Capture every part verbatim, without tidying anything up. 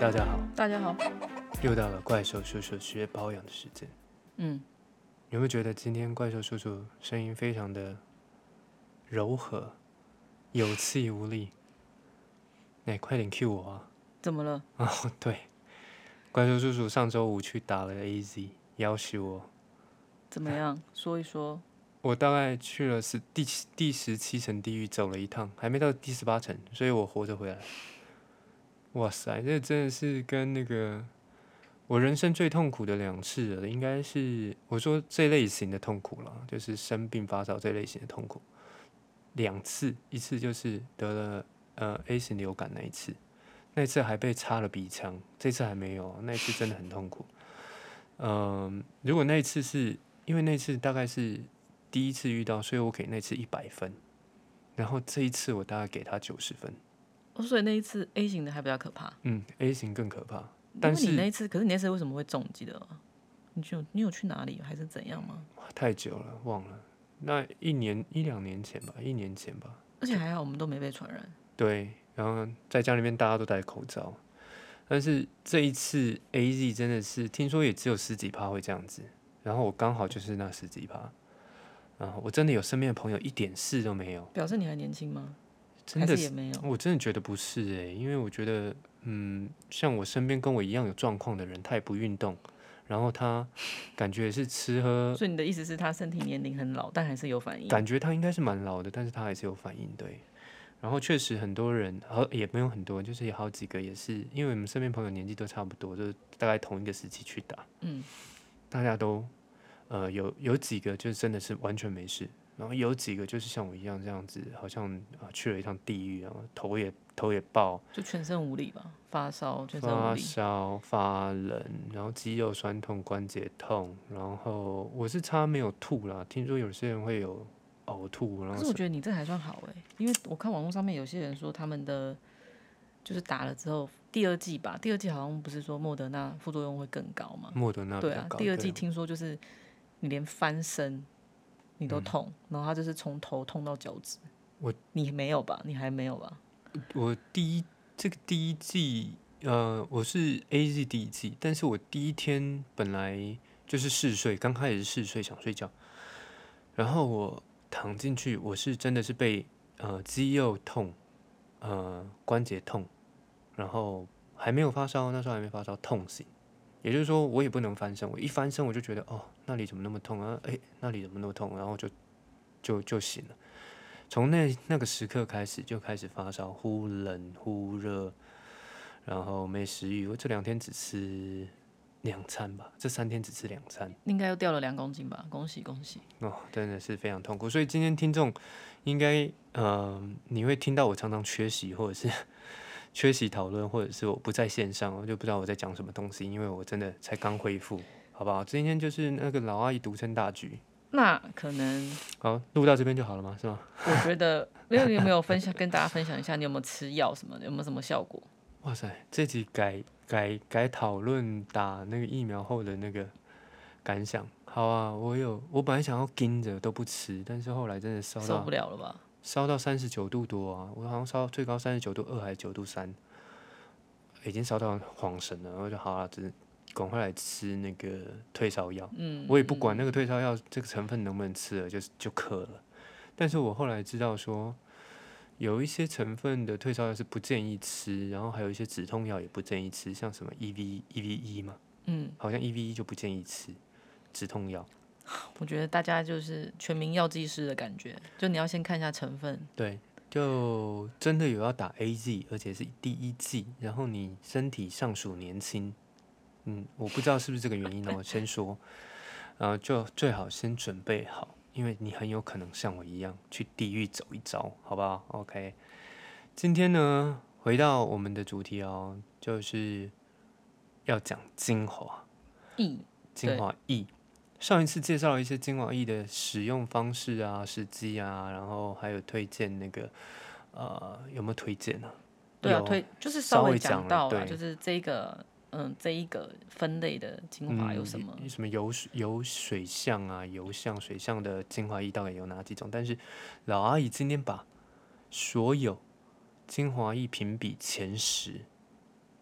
大家好， 大家好。 又到了怪兽叔叔学保养的时间。 嗯， 有没有觉得今天怪兽叔叔声音非常的柔和，有气无力？哎，快点 cue 我啊！ 怎么了？ 哦，对，怪兽叔叔上周五去打了 A Z，要求我。 怎么样？说一说。 我大概去了是第第十七层地狱走了一趟，还没到第十八层，所以我活着回来。哇塞，这真的是跟那个我人生最痛苦的两次了，应该是我说这类型的痛苦了，就是生病发烧这类型的痛苦。两次，一次就是得了呃 A 型流感那一次，那一次还被插了鼻腔，这次还没有，那一次真的很痛苦。嗯、呃，如果那一次是因为那次大概是第一次遇到，所以我给那次一百分，然后这一次我大概给他九十分。 哦，所以那一次 A 型的还比较可怕。 嗯 ，A 型更可怕， 因但是为你那一次，可是你那次为什么会中？记得吗？你有你有去哪里还是怎样吗？ 太久了忘了，那一年一两年前吧，一年前吧。 而且还好我们都没被传染。 对，然后在家里面大家都戴口罩，但是这一次 A Z 真的是听说也只有十几趴会这样子，然后我刚好就是那十几趴，然后我真的有身边的朋友一点事都没有， 表示你还年轻吗？ 真的是还是也没有？ 我真的觉得不是哎、因为我觉得嗯，像我身边跟我一样有状况的人，他也不运动，然后他感觉也是吃喝， 所以你的意思是他身体年龄很老，但还是有反应？ 感觉他应该是蛮老的，但是他还是有反应，对。然后确实很多人，好也没有很多，就是有好几个也是，因为我们身边朋友年纪都差不多，就是大概同一个时期去打， 嗯， 大家都呃有有几个就真的是完全没事，然后有几个就是像我一样这样子，好像啊去了一趟地狱，然后头也头也爆， 就全身无力吧，发烧，全身无发力。 烧、发冷，然后肌肉酸痛、关节痛，然后我是差没有吐啦，听说有些人会有呕吐，然后可是我觉得你这还算好哎，因为我看网络上面有些人说他们的就是打了之后，第二季吧，第二季好像不是说莫德纳副作用会更高吗？ 莫德纳比对啊， 较高， 第二季对啊听说就是你连翻身你都痛，然后他就是从头痛到脚趾。 我你没有吧？你还没有吧？ 我第一这个第一季，呃，我是 A Z 第一季，但是我第一天本来就是嗜睡，刚开始是嗜睡想睡觉，然后我躺进去，我是真的是被呃肌肉痛，呃关节痛，然后还没有发烧，那时候还没发烧，痛醒，也就是说我也不能翻身，我一翻身我就觉得哦那里怎么那么痛啊，哎那里怎么那么痛，然后就就就醒了。从那那个时刻开始就开始发烧，忽冷忽热，然后没食欲。我这两天只吃两餐吧，这三天只吃两餐， 应该又掉了两公斤吧？恭喜恭喜！ 哦，真的是非常痛苦。所以今天听众应该呃，你会听到我常常缺席，或者是缺席讨论，或者是我不在线上，我就不知道我在讲什么东西，因为我真的才刚恢复，好不好？今天就是那个老阿姨独撑大局。 那可能好，录到这边就好了吗？是吗？ 我觉得，没有你有没有分享跟大家分享一下，你有没有吃药什么的，有没有什么效果？ 哇塞，这集改改改讨论打那个疫苗后的那个感想。好啊，我有，我本来想要盯着都不吃，但是后来真的烧受到不了了吧？ 烧到三十九度多啊，我好像烧最高三十九度二还是九度三，已经烧到恍神了。我就好了，只是赶快来吃那个退烧药。 嗯， 我也不管那个退烧药这个成分能不能吃了，就就咳了。但是我后来知道说。有一些成分的退烧药是不建议吃，然后还有一些止痛药也不建议吃，像什么 E V E V E 嘛， 嗯， 好像 E V E 就不建议吃止痛药。 我觉得大家就是全民药剂师的感觉，就你要先看一下成分。 对，就真的有要打 A Z， 而且是第一剂，然后你身体尚属年轻，嗯，我不知道是不是这个原因呢，我先说，呃，就最好先准备好。因为你很有可能像我一样去地狱走一遭，好不好 ？OK，今天呢，回到我们的主题哦，就是要讲精华益， 精华液。上一次介绍了一些精华液的使用方式啊、时机啊，然后还有推荐那个呃，有没有推荐呢、啊？ 对啊， 有推就是稍稍微微讲了， 讲到了， 对， 就是这个嗯这一个分类的精华有什么？ 嗯、什么有有水象啊、油象、水象的精华液大概有哪几种？但是老阿姨今天把所有精华液评比前十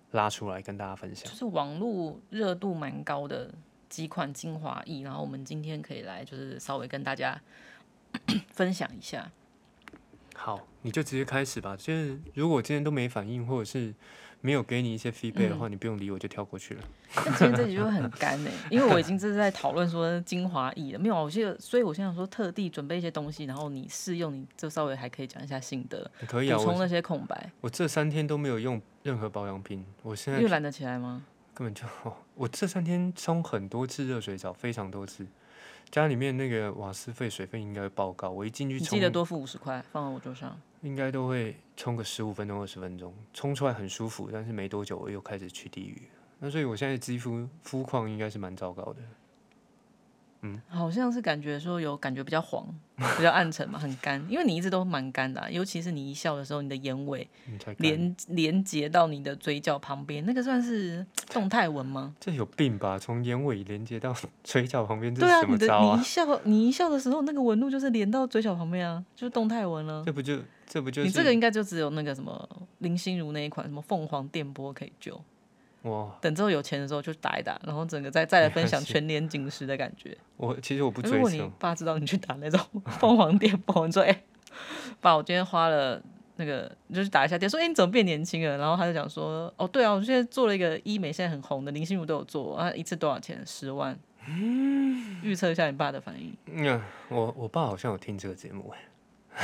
拉出来跟大家分享就。是网络热度蛮高的几款精华液，然后我们今天可以来就是稍微跟大家分享一下。 好，你就直接开始吧。就是如果今天都没反应，或者是没有给你一些 feedback 的话， 嗯、 你不用理我，就跳过去了。 但今天这集就会很干哎、欸，因为我已经这是在讨论说精华液了，没有啊，我记得，所以我现在想说特地准备一些东西，然后你试用，你就稍微还可以讲一下心得， 你可以啊， 补充那些空白。 我这三天都没有用任何保养品，我现在因为懒得起来吗？ 根本就、哦、我这三天冲很多次热水澡，非常多次。家里面那个瓦斯费、水费应该会爆高，我一进去冲， 你记得多付五十块放在我桌上。 应该都会冲个十五分钟、二十分钟，冲出来很舒服，但是没多久我又开始去地狱。那所以我现在肌肤肤况应该是蛮糟糕的。嗯， 好像是感觉说有感觉比较黄，比较暗沉嘛，很干。因为你一直都蛮干的、啊，尤其是你一笑的时候，你的眼尾连连接到你的嘴角旁边，那个算是动态纹吗？ 这有病吧？从眼尾连接到嘴角旁边，这对啊， 是什么招啊？ 你的你一笑，你一笑的时候，那个纹路就是连到嘴角旁边啊，就是动态纹了。 这不就这不就是？ 你这个应该就只有那个什么林心如那一款什么凤凰电波可以救。 哇！ 等之后有钱的时候就打一打，然后整个再再来分享全年警时的感觉。 我其实我不追求。 如果你爸知道你去打那种凤凰电波，你说哎、欸，爸，我今天花了那个，你就去打一下电，说哎、欸、你怎么变年轻了？然后他就讲说哦对啊，我现在做了一个医美，现在很红的，林心如都有做，啊一次多少钱？十万。嗯，预测一下你爸的反应。 嗯，我我爸好像有听这个节目哎。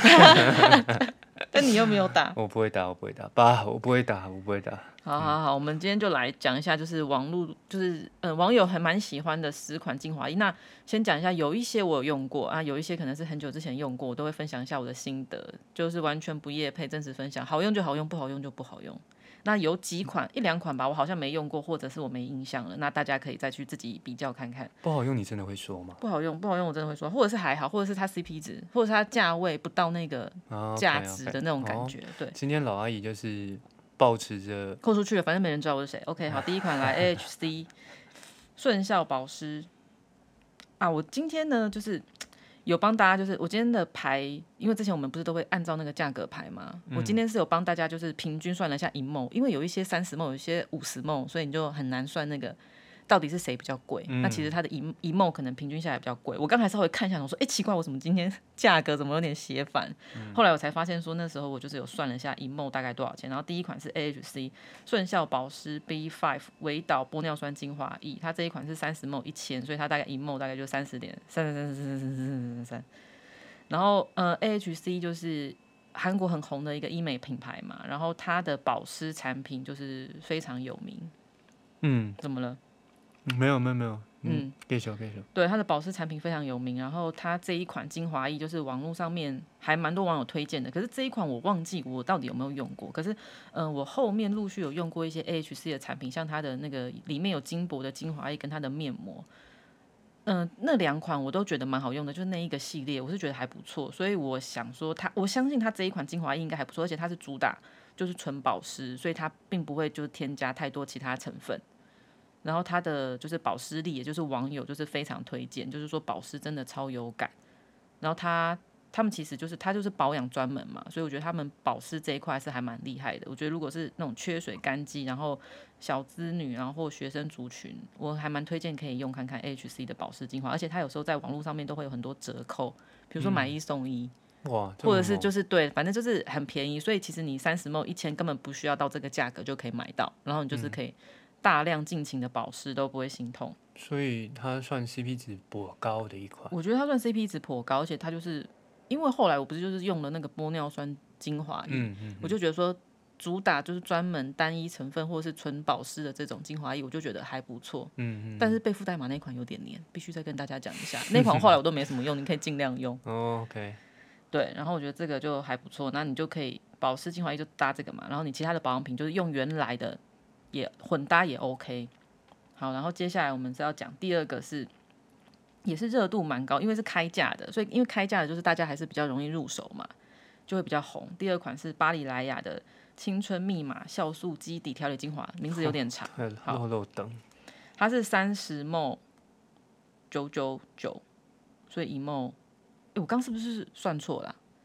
但你又没有打。 我不会打，我不会打，爸，我不会打，我不会打。 好好好，我们今天就来讲一下，就是网络，就是呃网友还蛮喜欢的十款精华液。那先讲一下，有一些我有用过啊，有一些可能是很久之前用过，我都会分享一下我的心得，就是完全不业配，真实分享，好用就好用，不好用就不好用。那有几款一两款吧，我好像没用过，或者是我没印象了，那大家可以再去自己比较看看。 不好用你真的会说吗？ 不好用，不好用我真的会说，或者是还好，或者是它 C P 值，或者是它价位不到那个价值的那种感觉。 哦 okay, okay. 对， 今天老阿姨就是抱持着扣出去了，反正没人知道我是谁。OK， 好，第一款来 A H C 顺效保湿啊，我今天呢就是有帮大家，就是我今天的排，因为之前我们不是都会按照那个价格排吗？嗯、我今天是有帮大家就是平均算了一下一ml，因为有一些三十ml，有一些五十ml，所以你就很难算那个。到底是谁比较贵？嗯、那其实它的一一ml可能平均下来比较贵。我刚才稍微看一下，我说，哎、欸，奇怪，我怎么今天价格怎么有点斜反？嗯、后来我才发现说，那时候我就是有算了一下一ml大概多少钱。然后第一款是 A H C 顺效保湿 B 五 维导玻尿酸精华液，它这一款是三十ml 一千，所以它大概一ml大概就三十点三三三三三三三三三。然后呃 A H C 就是韩国很红的一个医美品牌嘛，然后它的保湿产品就是非常有名。嗯，怎么了？ 没有没有没有，嗯，可以说可以说。 对，它的保湿产品非常有名，然后它这一款精华液就是网络上面还蛮多网友推荐的，可是这一款我忘记我到底有没有用过。可是，嗯、呃，我后面陆续有用过一些 A H C 的产品，像它的那个里面有金箔的精华液跟它的面膜，嗯、呃，那两款我都觉得蛮好用的，就是那一个系列我是觉得还不错，所以我想说它，我相信它这一款精华液应该还不错，而且它是主打就是纯保湿，所以它并不会就是添加太多其他成分。然后它的就是保湿力，也就是网友就是非常推荐，就是说保湿真的超有感。然后他他们其实就是他就是保养专门嘛，所以我觉得他们保湿这一块是还蛮厉害的。我觉得如果是那种缺水干肌，然后小资女，然后或学生族群，我还蛮推荐可以用看看 A H C 的保湿精华，而且它有时候在网络上面都会有很多折扣，比如说买一送一。嗯哇，或者是就是对，反正就是很便宜，所以其实你三十 ml 一千根本不需要到这个价格就可以买到，然后你就是可以大量尽情的保湿都不会心痛， 所以它算 C P 值颇高的一款。 我觉得它算 C P 值颇高，而且它就是因为后来我不是就是用了那个玻尿酸精华液，嗯嗯嗯我就觉得说主打就是专门单一成分或者是纯保湿的这种精华液，我就觉得还不错。嗯嗯。但是贝夫代码那款有点黏，必须再跟大家讲一下，那款后来我都没什么用，你可以尽量用。 哦 ，OK。 对，然后我觉得这个就还不错，那你就可以保湿精华液就搭这个嘛，然后你其他的保养品就是用原来的也混搭也 OK。好，然后接下来我们是要讲第二个是，也是热度蛮高，因为是开价的，所以因为开价的就是大家还是比较容易入手嘛，就会比较红。第二款是巴黎莱雅的青春密码酵素基底调理精华，名字有点长，好， 漏漏灯， 它是三十 ml 九九九，所以一 ml。我刚是不是算错了、啊？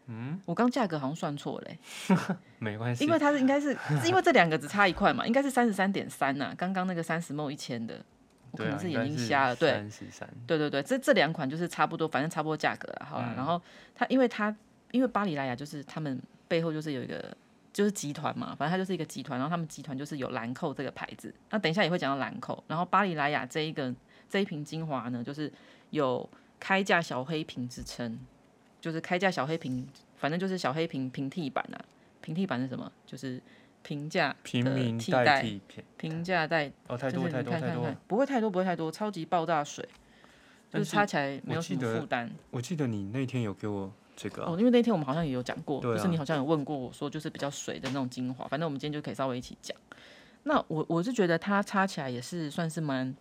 嗯， 我刚价格好像算错了、欸， 没关系， 因为它是应该是是因为这两个只差一块嘛，应该是三十三点三呐，刚刚那个三十 ml 一千的，我可对啊， 能是眼应该是睛瞎了，对三十三， 对对对，这这两款就是差不多，反正差不多价格了，好啦、 嗯然后它因为它因为巴黎莱雅就是他们背后就是有一个就是集团嘛，反正它就是一个集团，然后他们集团就是有兰蔻这个牌子，那等一下也会讲到兰蔻，然后巴黎莱雅这一个这一瓶精华呢，就是有开价小黑瓶之称，就是开价小黑瓶，反正就是小黑瓶平替版啊，平替版是什么？就是平价平的民代替代， 替品， 平价代， 哦，太就是多太多太多你看看看，，不会太多，不会太多，超级爆炸水，就但是是擦起来没有什么我记得负担。 我记得你那天有给我这个、啊哦，因为那天我们好像也有讲过， 对啊就是你好像有问过我说，就是比较水的那种精华，反正我们今天就可以稍微一起讲。那我我是觉得它擦起来也是算是蛮，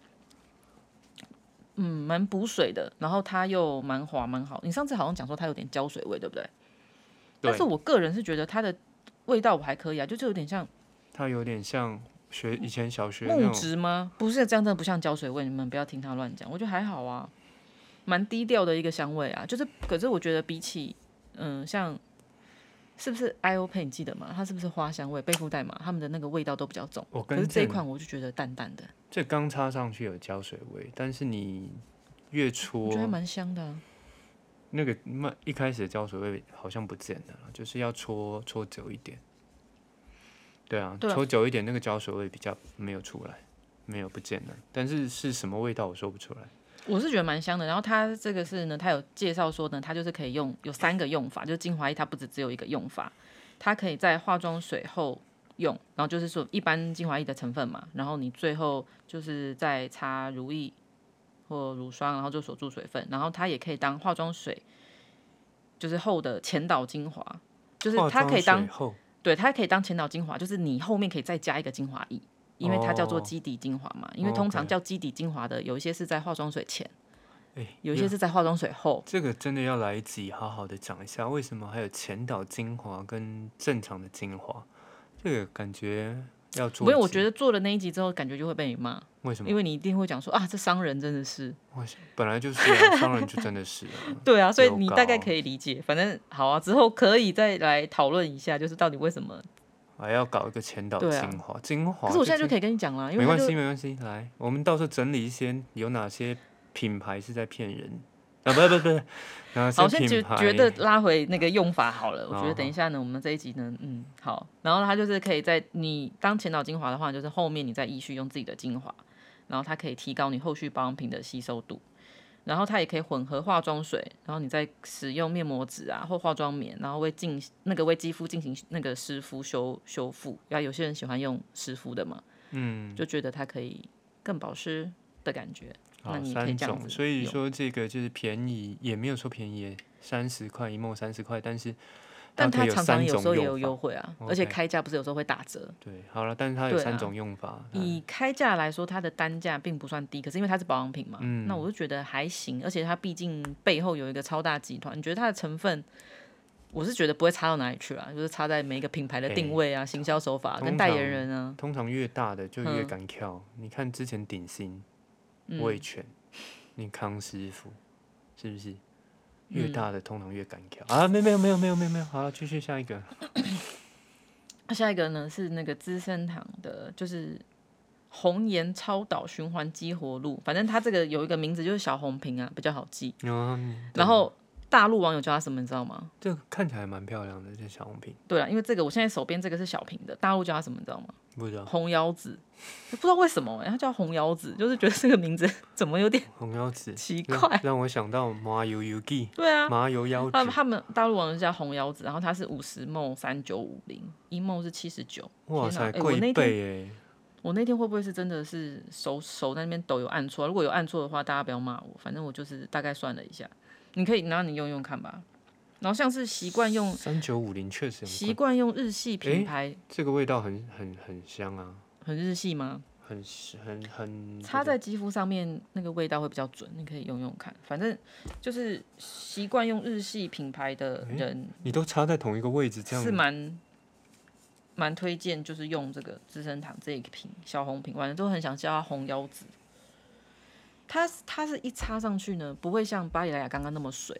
嗯，蛮补水的，然后它又蛮滑蛮好。你上次好像讲说它有点胶水味，对不对？但是我个人是觉得它的味道我还可以啊，就是有点像它有点像学以前小学那木种， 质吗？不是，这样真的不像胶水味，你们不要听他乱讲。我觉得还好啊，蛮低调的一个香味啊。就是，可是我觉得比起，嗯，像是不是 I O P 你记得吗？它是不是花香味、背负代码，他们的那个味道都比较重。 我跟可是这一正款我就觉得淡淡的， 这刚插上去有胶水味，但是你越我觉得还搓， 蛮香的、啊。 那个慢一开始的胶水味好像不见了，就是要搓搓久一点。对啊， 对啊搓久一点，那个胶水味比较没有出来，没有不见了。但是是什么味道我说不出来。 我是觉得蛮香的，然后它这个是呢，它有介绍说呢，它就是可以用有三个用法，就是精华液它不止只有一个用法，它可以在化妆水后用，然后就是说一般精华液的成分嘛，然后你最后就是再擦乳液或乳霜，然后就锁住水分，然后它也可以当化妆水，就是后的前导精华，就是它可以当后对它可以当前导精华，就是你后面可以再加一个精华液。因为它叫做哦基底精华嘛，因为通常 OK 叫基底精华的，有一些是在化妆水前， 哎， 有一些是在化妆水后。 这个真的要来一集好好的讲一下，为什么还有前导精华跟正常的精华？这个感觉要做一集。 不是，我觉得做了那一集之后，感觉就会被你骂， 为什么？ 因为你一定会讲说啊，这商人真的是。 我本来就是啊，商人就真的是啊。 对啊，所以你丢稿大概可以理解。反正好啊，之后可以再来讨论一下，就是到底为什么。 还要搞一个前导对啊精华，精华。 可是我现在就可以跟你讲了，因为它就没关系，没关系。来，我们到时候整理一些有哪些品牌是在骗人啊？不不不，哪些好，我先觉品牌？ 觉得拉回那个用法好了。我觉好得等一下呢，我们这一集呢，嗯，好。然后它就是可以在你当前导精华的话，就是后面你再依序用自己的精华，然后它可以提高你后续保养品的吸收度。然后它也可以混合化妆水，然后你再使用面膜纸啊或化妆棉，然后为进那个为肌肤进行那个湿敷修修复。然后有些人喜欢用湿敷的嘛， 嗯， 就觉得它可以更保湿的感觉。那好， 你可以三种。 这样子所以用说这个就是便宜，也没有说便宜，三十块一梦三十块，但是但它可以有三常常有时候也有种用法。 优惠啊， OK 而且开价不是有时候会打折。 对，好了，但是它有对啊三种用法。 以开价来说，它的单价并不算低，可是因为它是保养品嘛， 嗯那我就觉得还行。而且它毕竟背后有一个超大集团，你觉得它的成分，我是觉得不会差到哪里去啦，就是差在每一个品牌的定位啊、行销手法通跟代言人啊。 通常越大的就越嗯敢跳。你看之前鼎新、味全、你康师傅，是不是？越嗯大的通常越敢跳、啊！没没有没有没有没有没有，好了，继续下一个。 下一个呢是那个资生堂的，就是红颜超导循环激活露，反正它这个有一个名字就是小红瓶啊，比较好记。 嗯， 然后大陆网友叫它什么，你知道吗？ 这个看起来蛮漂亮的，这小红瓶， 对啊，因为这个我现在手边这个是小瓶的，大陆叫它什么，你知道吗？ 不知道红腰子，不知道为什么哎、欸，它叫红腰子，就是觉得这个名字怎么有点红腰子奇让怪。 让我想到麻油油记， 对啊， 麻油腰子他，们他们大陆网友叫红腰子，然后它是五十 ml 三九五零，一 ml 是七十九。 哇塞， 天哪欸我贵一那天倍哎！ 我那天会不会是真的是手手在那边抖有按错？如果有按错的话，大家不要骂我，反正我就是大概算了一下，你可以拿你用用看吧。然后像是习惯用三九五零确实很贵， 习惯用日系品牌， 这个味道很很很香啊， 很日系吗？ 很很很擦在肌肤上面那个味道会比较准，你可以用用看。反正就是习惯用日系品牌的人你都插在同一个位置，这样是蛮蛮推荐，就是用这个资生堂这一瓶小红瓶，反正都很想叫它红腰子。它它是一插上去呢，不会像巴黎莱雅刚刚那么水，它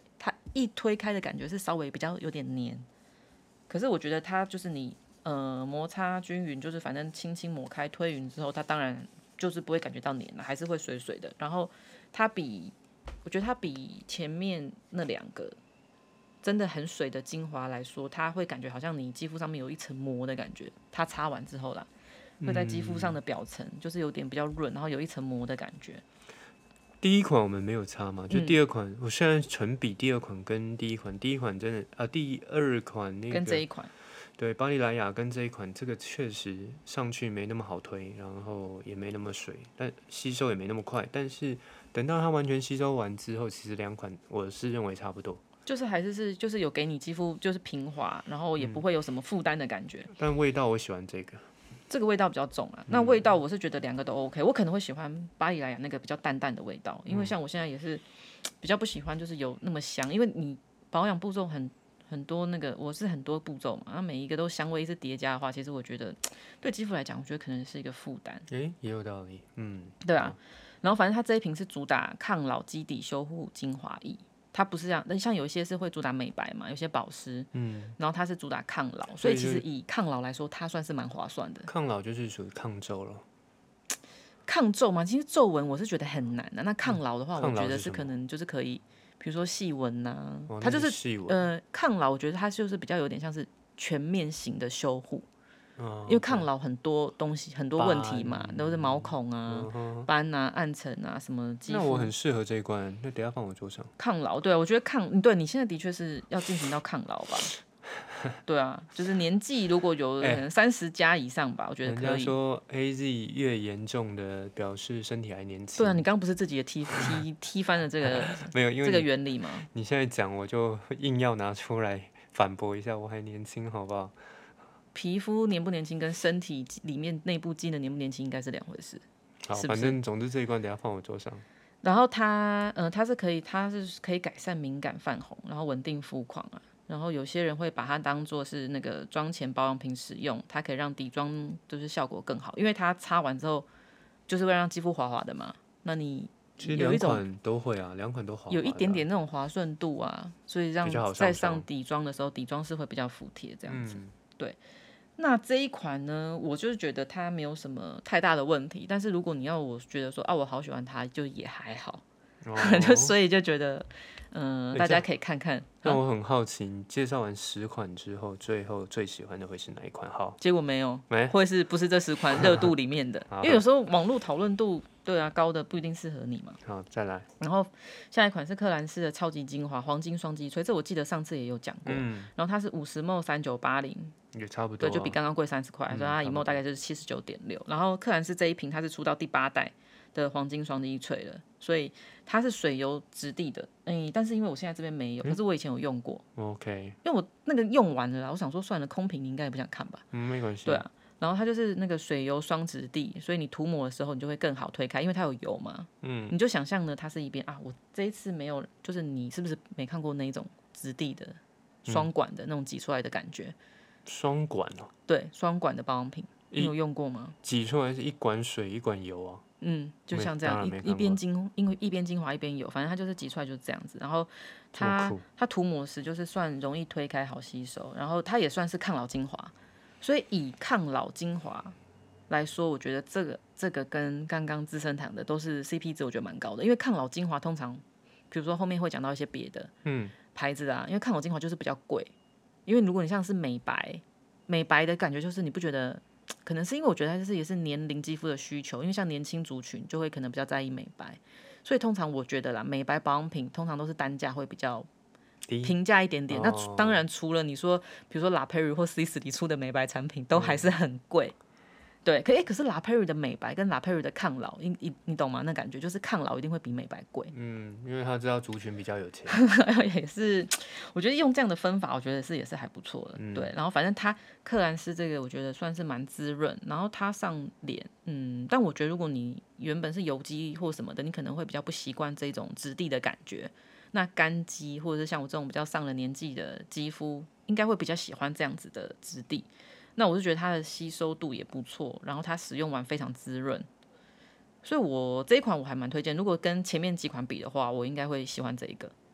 一推开的感觉是稍微比较有点黏，可是我觉得它就是你呃摩擦均匀，就是反正轻轻抹开推匀之后，它当然就是不会感觉到黏了，还是会水水的。然后它比我觉得它比前面那两个真的很水的精华来说，它会感觉好像你肌肤上面有一层膜的感觉。它擦完之后啦，会在肌肤上的表层就是有点比较润，然后有一层膜的感觉。 第一款我们没有擦嘛，就第二款，嗯、我现在纯比第二款跟第一款，第一款真的啊，第二款那个跟这一款， 对，巴黎莱雅跟这一款，这个确实上去没那么好推，然后也没那么水，但吸收也没那么快。但是等到它完全吸收完之后，其实两款我是认为差不多， 就是还是是就是有给你肌肤就是平滑，然后也不会有什么负担的感觉、嗯。 但味道我喜欢这个。 这个味道比较重啊，那味道我是觉得两个都 OK，、嗯、我可能会喜欢巴黎莱雅那个比较淡淡的味道，因为像我现在也是比较不喜欢就是有那么香，因为你保养步骤很很多，那个我是很多步骤嘛，那每一个都香味是叠加的话，其实我觉得对肌肤来讲，我觉得可能是一个负担。 诶，也有道理，嗯， 对啊。然后反正它这一瓶是主打抗老基底修护精华液。它不是这样，像有一些是会主打美白嘛，有些保湿，嗯，然后它是主打抗老，所以其实以抗老来说，它算是蛮划算的。 抗老就是属于抗皱了， 抗皱嘛，其实皱纹我是觉得很难的、啊。那抗老的话，我觉得是可能就是可以，比如说细纹呐，它就是细纹呃抗老，我觉得它就是比较有点像是全面型的修护。 哦、 因为抗老很多东西很多问题嘛，都是毛孔啊、 嗯、 斑啊、暗沉啊什么肌肤。 那我很适合这一罐，那等一下放我桌上。 抗老，对啊，我觉得抗对你现在的确是要进行到抗老吧。对啊，就是年纪如果有可能三十加以上吧，欸、我觉得可以。 人家说 A Z 越严重的表示身体还年轻。 对啊，你刚刚不是自己也踢踢踢翻了这个没有，因为这个原理吗？ 你现在讲，我就硬要拿出来反驳一下，我还年轻，好不好？ 皮肤年不年轻跟身体里面内部机能年不年轻应该是两回事。 好， 是是反正总之这一罐等一下放我桌上。 然后它，呃，它是可以，它是可以改善敏感泛红，然后稳定肤况啊。然后有些人会把它当做是那个妆前保养品使用，它可以让底妆就是效果更好，因为它擦完之后就是会让肌肤滑滑的嘛。那你有一种两款都会啊，两款都滑滑的啊， 有一点点那种滑顺度啊，所以让在上底妆的时候，底妆是会比较服帖这样子。嗯、对。那这一款呢，我就是觉得它没有什么太大的问题，但是如果你要我觉得说啊，我好喜欢它，就也还好，哦、就所以就觉得，嗯、呃，大家可以看看。 那我很好奇，你介绍完十款之后，最后最喜欢的会是哪一款？好， 结果没有， 没， 会是不是这十款热度里面的？因为有时候网络讨论度，对啊，高的不一定适合你嘛。 好，再来。 然后下一款是克兰诗的超级精华黄金双击萃，这我记得上次也有讲过。嗯、然后它是五十 ml 三九八零。 也差不多、啊， 对，就比刚刚贵三十块，所以它一 ml 大概就是七十九点六。然后克兰诗这一瓶它是出到第八代的黄金双击萃了，所以它是水油质地的，嗯，但是因为我现在这边没有，可是我以前有用过。 OK， 因为我那个用完了啦，我想说算了，空瓶你应该也不想看吧？ 嗯，没关系。 对啊，然后它就是那个水油双质地，所以你涂抹的时候你就会更好推开，因为它有油嘛。嗯，你就想象呢，它是一边啊，我这一次没有，就是你是不是没看过那一种质地的双管的那种挤出来的感觉？ 双管哦， 对，双管的保养品，你有用过吗？ 挤出来是一管水一管油啊。 嗯，就像这样，一一边精，因为一边精华一边油，反正它就是挤出来就是这样子。然后它它涂抹时就是算容易推开，好吸收，然后它也算是抗老精华。所以以抗老精华来说，我觉得这个这个跟刚刚资生堂的都是 C P 值，我觉得蛮高的。因为抗老精华通常，比如说后面会讲到一些别的嗯牌子啊，因为抗老精华就是比较贵。因为如果你像是美白，美白的感觉就是你不觉得，可能是因为我觉得它就是也是年龄肌肤的需求，因为像年轻族群就会可能比较在意美白，所以通常我觉得啦，美白保养品通常都是单价会比较平价一点点。那当然除了你说，比如说 La Prairie 或 Sisley 出的美白产品都还是很贵。对，可哎，可是 La Prairie 的美白跟 La Prairie 的抗老，你你你懂吗？那感觉就是抗老一定会比美白贵。 嗯，因为他知道族群比较有钱。 也是，我觉得用这样的分法，我觉得是也是还不错的。嗯、对，然后反正它克兰诗这个，我觉得算是蛮滋润，然后它上脸，嗯，但我觉得如果你原本是油肌或什么的，你可能会比较不习惯这种质地的感觉。那干肌或者是像我这种比较上了年纪的肌肤，应该会比较喜欢这样子的质地。那我是觉得它的吸收度也不错，然后它使用完非常滋润，所以我这一款我还蛮推荐。如果跟前面几款比的话，我应该会喜欢这一个。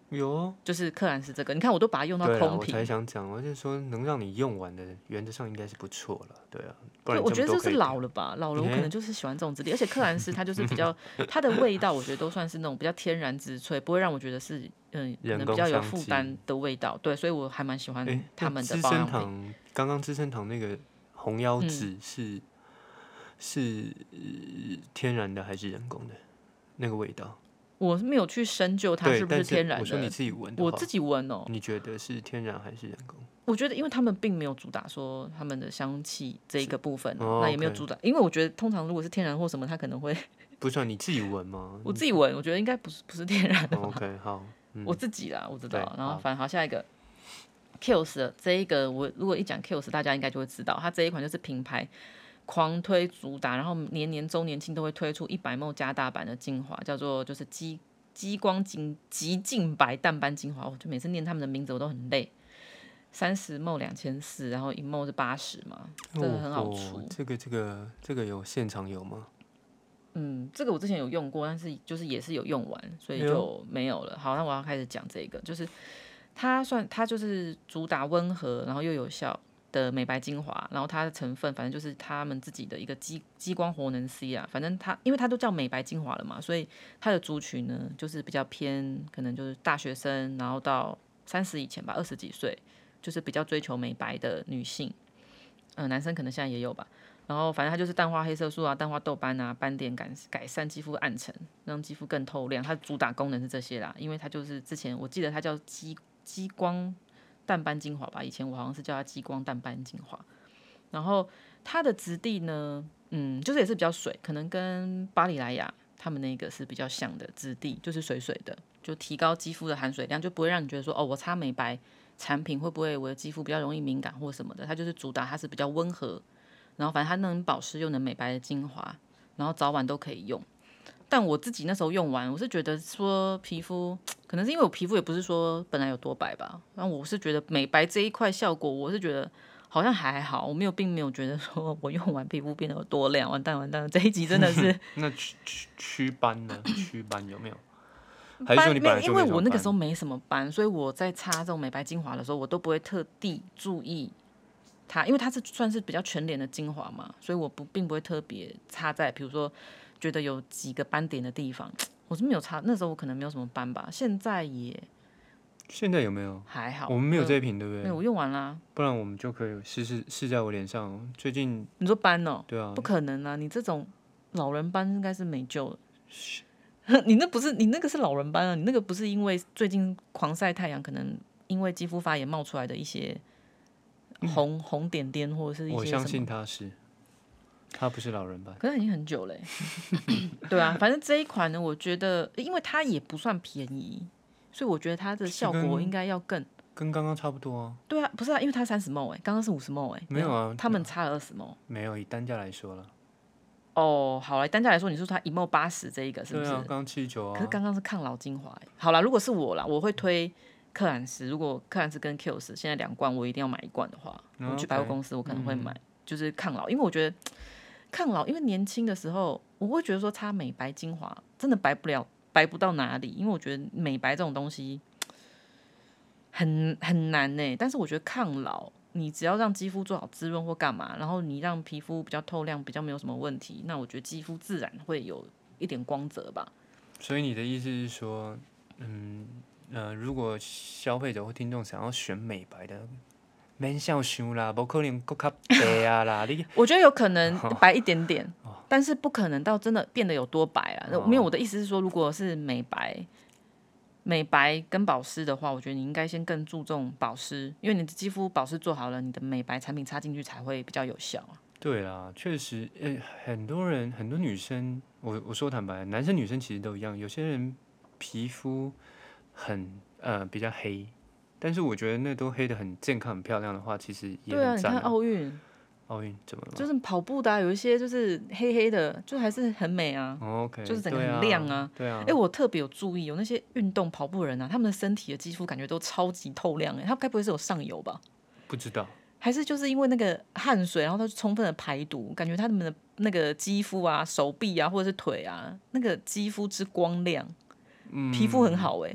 有哦， 就是克兰斯这个，你看我都把它用到对啊， 空我才瓶， 想讲，我就是说能让你用完的，原则上应该是不错了，对啊，不对， 然你这么我觉得这是多可以调。 老了吧，老了我可能嘿， 就是喜欢这种质地，而且克兰斯它就是比较它的味道，我觉得都算是那种比较天然植萃，不会让我觉得是嗯可人工能比较有香剂。 负担的味道，对，所以我还蛮喜欢哎，那他们的资生保养品。 堂刚刚资生堂那个红腰嗯， 纸是是、呃天然的还是人工的？那个味道？ 我是没有去深究它对， 是不是但是天然的， 我说你自己闻的我自话， 己闻哦， 你觉得是天然还是人工？ 我觉得，因为他们并没有主打说他们的香气这一个部分啊，那哦也没有 ，OK， 主打，因为我觉得通常如果是天然或什么，它可能会不算你自己闻吗？你是、 我自己闻，我觉得应该不是不是天然的哦、 吧， OK，好， 我嗯， 自己啦，我知对， 道。然后好， 反正好下一个 Kiehl's 的这一个，我如果一讲 Kiehl's，大家应该就会知道，它这一款就是品牌狂推主打，然后年年周年庆都会推出一百 ml 加大版的精华，叫做就是激激光极极净白淡斑精华，我就每次念他们的名字我都很累。三十 ml 两千四，然后一 ml 是八十嘛，这个哦很好哦， 出。 这个这个这个有现场有吗？ 嗯，这个我之前有用过，但是就是也是有用完，所以哎呦， 就没有了。好，那我要开始讲这个，就是它算它就是主打温和，然后又有效的美白精华，然后它的成分反正就是他们自己的一个激激光活能 C 啊，反正它因为它都叫美白精华了嘛，所以它的族群呢就是比较偏可能就是大学生，然后到三十以前吧，二十几岁，就是比较追求美白的女性，嗯、呃，男生可能现在也有吧。然后反正它就是淡化黑色素啊、淡化痘斑啊、斑点改改善肌肤暗沉，让肌肤更透亮。它主打功能是这些啦，因为它就是之前我记得它叫激激光淡斑精华吧，以前我好像是叫它激光淡斑精华。然后它的质地呢，嗯，就是也是比较水，可能跟巴黎莱雅他们那个是比较像的质地，就是水水的，就提高肌肤的含水量，就不会让你觉得说哦，我擦美白产品会不会我的肌肤比较容易敏感或什么的。它就是主打它是比较温和。然后反正它能保湿又能美白的精华，然后早晚都可以用。但我自己那时候用完，我是觉得说皮肤可能是因为我皮肤也不是说本来有多白吧，然后我是觉得美白这一块效果，我是觉得好像还好，我没有并没有觉得说我用完皮肤变得有多亮，完蛋完蛋，这一集真的是那祛祛祛斑呢？祛斑有没有？还是说斑没有， 你本来就因为我那个没什么斑？ 时候没什么斑，所以我在擦这种美白精华的时候，我都不会特地注意它，因为它是算是比较全脸的精华嘛，所以我不并不会特别擦在，比如说觉得有几个斑点的地方，我是没有擦。那时候我可能没有什么斑吧，现在也现在有没有？ 还好。 我们没有没有这一瓶，对不对？ 没有，我用完啦。 不然我们就可以试试试在我脸上。最近， 你说斑哦、 对啊， 不可能啊！你这种老人斑应该是没救了。你那不是你那个是老人斑啊，你那个不是因为最近狂晒太阳，可能因为肌肤发炎冒出来的一些红、红点点或者是一我相些什么， 信他是，他不是老人斑。 可是已经很久了欸、对啊，反正这一款呢，我觉得因为它也不算便宜，所以我觉得它的就是效果应跟该要更。 跟刚刚差不多啊。 对啊，不是啊，因为它三十 ml 哎，刚刚是五十 ml 哎， 没有啊， 他们差了二十 ml。 没有，以单价来说了。 哦，好了，单价来说，你说它一 ml 八十这一个是不是？ 对啊，刚刚七十九可是啊。 刚刚是抗老精华欸。好啦，如果是我啦，我会推克兰斯。如果克兰斯跟 Kiehl's 现在两罐，我一定要买一罐的话， 嗯我去百货 OK， 公司我可能会买， 嗯就是抗老，因为我觉得抗老，因为年轻的时候我会觉得说擦美白精华真的白不了，白不到哪里，因为我觉得美白这种东西很很难呢、但是我觉得抗老。你只要让肌肤做好滋润或干嘛，然后你让皮肤比较透亮，比较没有什么问题，那我觉得肌肤自然会有一点光泽吧。 所以你的意思是说，嗯呃，如果消费者或听众想要选美白的，免想想啦，不可能更较白啊啦，你我觉得有可能白一点点，但是不可能到真的变得有多白啊。没有，我的意思是说，如果是美白、美白跟保湿的话，我觉得你应该先更注重保湿，因为你的肌肤保湿做好了，你的美白产品插进去才会比较有效啊。 对啦，确实，呃，很多人很多女生，我我说坦白，男生女生其实都一样，有些人皮肤很呃比较黑，但是我觉得那都黑的很健康、很漂亮的话，其实也对啊，你看很赞啊。 奥运， 奥运怎么了？ 就是跑步的、啊，有一些就是黑黑的，就还是很美啊， 哦，OK， 就是整个很对啊， 亮啊。 对啊哎、，我特别有注意，有那些运动跑步的人啊，他们的身体的肌肤感觉都超级透亮哎、他该不会是有上油吧？ 不知道。 还是就是因为那个汗水，然后它充分的排毒，感觉他们的那个肌肤啊、手臂啊或者是腿啊，那个肌肤之光亮，皮肤很好哎、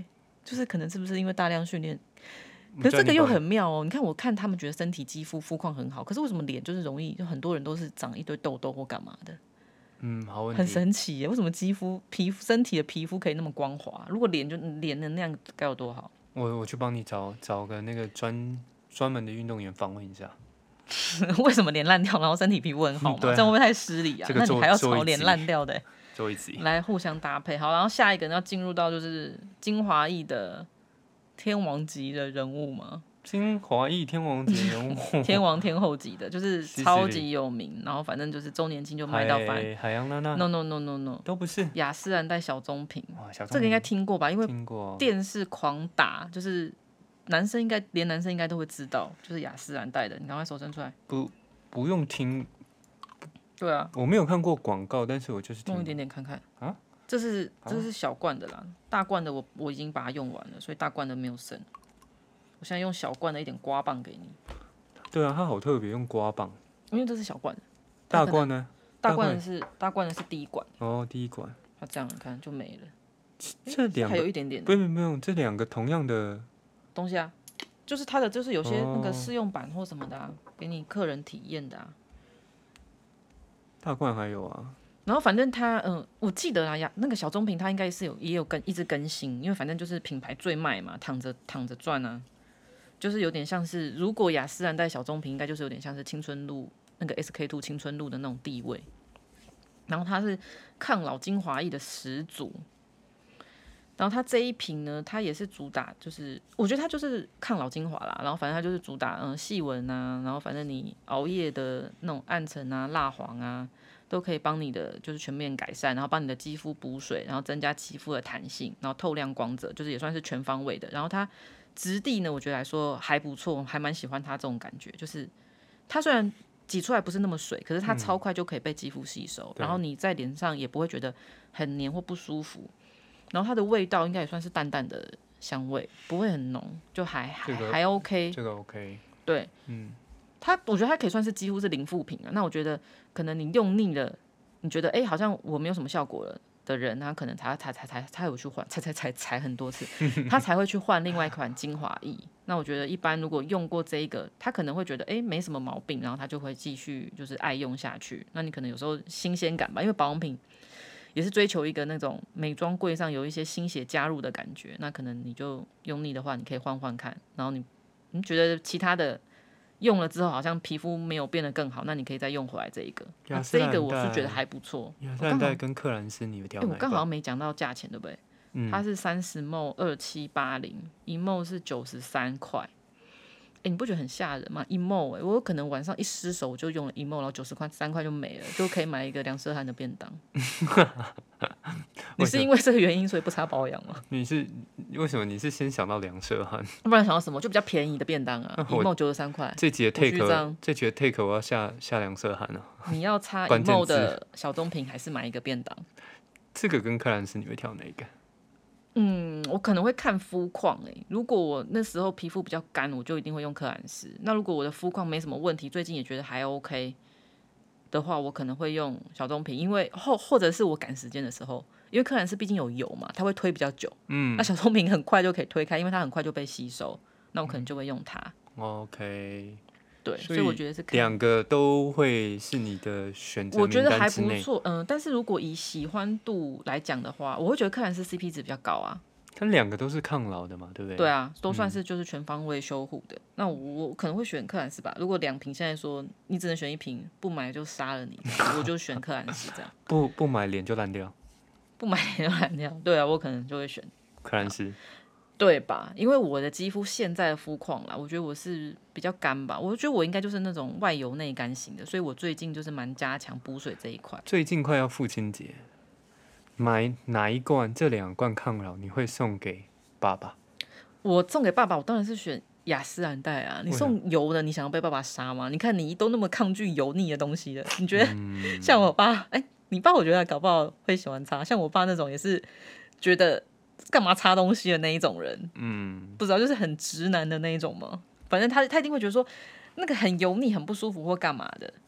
就是可能是不是因为大量训练？可是这个又很妙哦，你看我看他们觉得身体肌肤肤况很好，可是为什么脸就是容易，就很多人都是长一堆痘痘或干嘛的？ 嗯，好问题， 很神奇耶，为什么肌肤皮肤身体的皮肤可以那么光滑？如果脸就脸能那样，该有多好？ 我我去帮你找找个那个专专门的运动员访问一下。 为什么脸烂掉，然后身体皮肤很好嘛？ 对啊、 这样会不会太失礼啊？ 这个、 那你还要炒脸烂掉的？ 做一集来互相搭配。好，然后下一个要进入到就是精华裔的天王级的人物嘛。 精华裔天王级人物， 天王天后级的，就是超级有名，然后反正就是周年庆就卖到翻。 海洋娜娜 ，no no no no no， 都不是。 雅诗兰黛小棕瓶， 小棕瓶这个应该听过吧？因为过电视狂打，就是男生应该连男生应该都会知道，就是雅诗兰黛的。你赶快手伸出来。 不不用听。 对啊， 我没有看过广告，但是我就是弄一点点看看啊。 这是这是小罐的啦，大罐的我我已经把它用完了，所以大罐的没有剩。我现在用小罐的一点刮棒给你。 对啊，它好特别，用刮棒。 因为这是小罐的。 大罐呢？ 大罐的是大罐的是第一罐。 哦，第一罐。 它这样你看就没了。 这两个还有一点点。 不用不用，这两个同样的东西啊，就是它的就是有些那个试用版或什么的啊，哦、给你客人体验的啊。 大罐还有啊。 然后反正它，嗯、呃，我记得啊，呀，那个小棕瓶它应该是有也有更一直更新，因为反正就是品牌最卖嘛，躺着躺着赚啊。就是有点像是，如果雅诗兰黛小棕瓶，应该就是有点像是青春露那个 S K two 青春露的那种地位。然后它是抗老精华液的始祖。然后它这一瓶呢，它也是主打，就是我觉得它就是抗老精华啦。然后反正它就是主打嗯细纹啊，然后反正你熬夜的那种暗沉啊、蜡黄啊，都可以帮你的就是全面改善，然后帮你的肌肤补水，然后增加肌肤的弹性，然后透亮光泽，就是也算是全方位的。然后它质地呢，我觉得来说还不错，还蛮喜欢它这种感觉。就是它虽然挤出来不是那么水，可是它超快就可以被肌肤吸收，嗯、然后你在脸上也不会觉得很黏或不舒服。然后它的味道应该也算是淡淡的香味，不会很浓，就还还、这个、还 OK。 这个 OK。 对，嗯，它我觉得它可以算是几乎是零负评啊。那我觉得可能你用腻了，你觉得哎、欸、好像我没有什么效果了。的人，他可能才才才才才有去换，才才才才很多次，他才会去换另外一款精华液。那我觉得一般如果用过这一个，他可能会觉得哎、欸、没什么毛病，然后他就会继续就是爱用下去。那你可能有时候新鲜感吧，因为保养品也是追求一个那种美妆柜上有一些新血加入的感觉。那可能你就用腻的话，你可以换换看，然后你你觉得其他的用了之后好像皮肤没有变得更好，那你可以再用回来这一个。那这一个我是觉得还不错。 雅诗兰黛跟克兰斯，你有挑哪一个？ 我刚好没讲到价钱，对不对？嗯、它是三十 ml 二七八零，一 ml 是九十三块。哎，你不觉得很吓人吗？一 ml 哎，我有可能晚上一失手我就用了一 ml，然后九十块三块就没了，就可以买一个梁奢涵的便当。你是因为这个原因所以不擦保养吗？ 你是为什么？你是先想到梁奢涵， 不然想到什么？就比较便宜的便当啊，一 ml 九十三块。 这集的 take， 这集的 take 我要下下梁奢涵啊。 你要擦一 ml 的小棕瓶，还是买一个便当？ 这个跟克兰斯你会挑哪一个？ 嗯，我可能会看肤况诶。如果我那时候皮肤比较干，我就一定会用克兰斯。那如果我的肤况没什么问题，最近也觉得还 OK 的话，我可能会用小棕瓶，因为或或者是我赶时间的时候，因为克兰斯毕竟有油嘛，它会推比较久。嗯，那小棕瓶很快就可以推开，因为它很快就被吸收，那我可能就会用它。 OK。 对，所以我觉得是两个都会是你的选择名单之内。 我觉得还不错，嗯、呃，但是如果以喜欢度来讲的话，我会觉得克兰斯 C P 值比较高啊。 它两个都是抗老的嘛，对不对？ 对啊，都算是就是全方位修护的。嗯、那我我可能会选克兰斯吧。如果两瓶现在说你只能选一瓶，不买就杀了你，我就选克兰斯这样。 不不买脸就烂掉， 不买脸就烂掉。对啊，我可能就会选克兰斯。 对吧？因为我的肌肤现在的肤况啦，我觉得我是比较干吧，我觉得我应该就是那种外油内干型的，所以我最近就是蛮加强补水这一块。 最近快要父亲节，买哪一罐？这两罐抗老你会送给爸爸？ 我送给爸爸，我当然是选雅诗兰黛啊。你送油的，你想要被爸爸杀吗？你看你都那么抗拒油腻的东西了，你觉得、嗯、像我爸？哎、欸，你爸我觉得搞不好会喜欢擦，像我爸那种也是觉得。干嘛擦东西的那一种人，嗯，不知道就是很直男的那一种吗？反正他他一定会觉得说那个很油腻、很不舒服或干嘛的。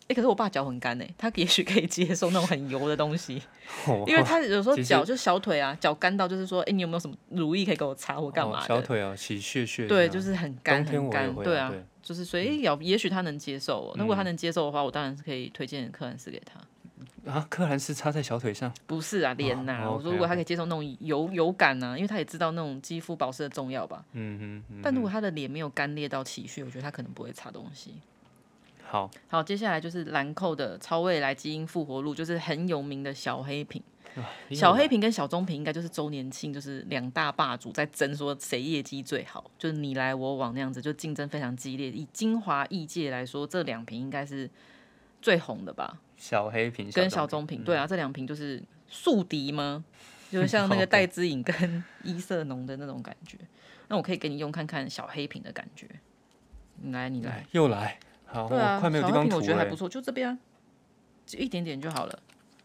哎、可是我爸脚很干哎，他也许可以接受那种很油的东西， 哦因为他有时候其实脚就小腿啊，脚干到就是说，哎、你有没有什么乳液可以给我擦或干哦， 嘛的？ 小腿哦，起屑屑这对， 样。 就是很干冬天很干， 我也会对啊， 啊对就是所以也也许他能接受、哦。那如果他嗯能接受的话，我当然是可以推荐克兰斯给他。 啊，克兰斯插在小腿上。 不是啊，脸呐、 哦我说如果他可以 ，OK，OK， 接受那种油油感呐、因为他也知道那种肌肤保湿的重要吧。 嗯哼嗯但如果他的脸没有干裂到起屑，我觉得他可能不会擦东西。 好， 好，接下来就是兰蔻的超未来基因复活露，就是很有名的小黑瓶。小黑瓶跟小棕瓶应该就是周年庆，就是两大霸主在争说谁业绩最好，就是你来我往那样子，就竞争非常激烈。以精华艺界来说，这两瓶应该是最红的吧？ 小黑瓶跟小棕小棕瓶，对啊，这两瓶就是宿敌吗？就是像那个戴姿颖跟伊瑟农的那种感觉。那我可以给你用看看小黑瓶的感觉，你来，你来。 又来，好， 对啊， 我快没有地小黑瓶方涂了欸。 我觉得还不错，就这边啊，就一点点就好了。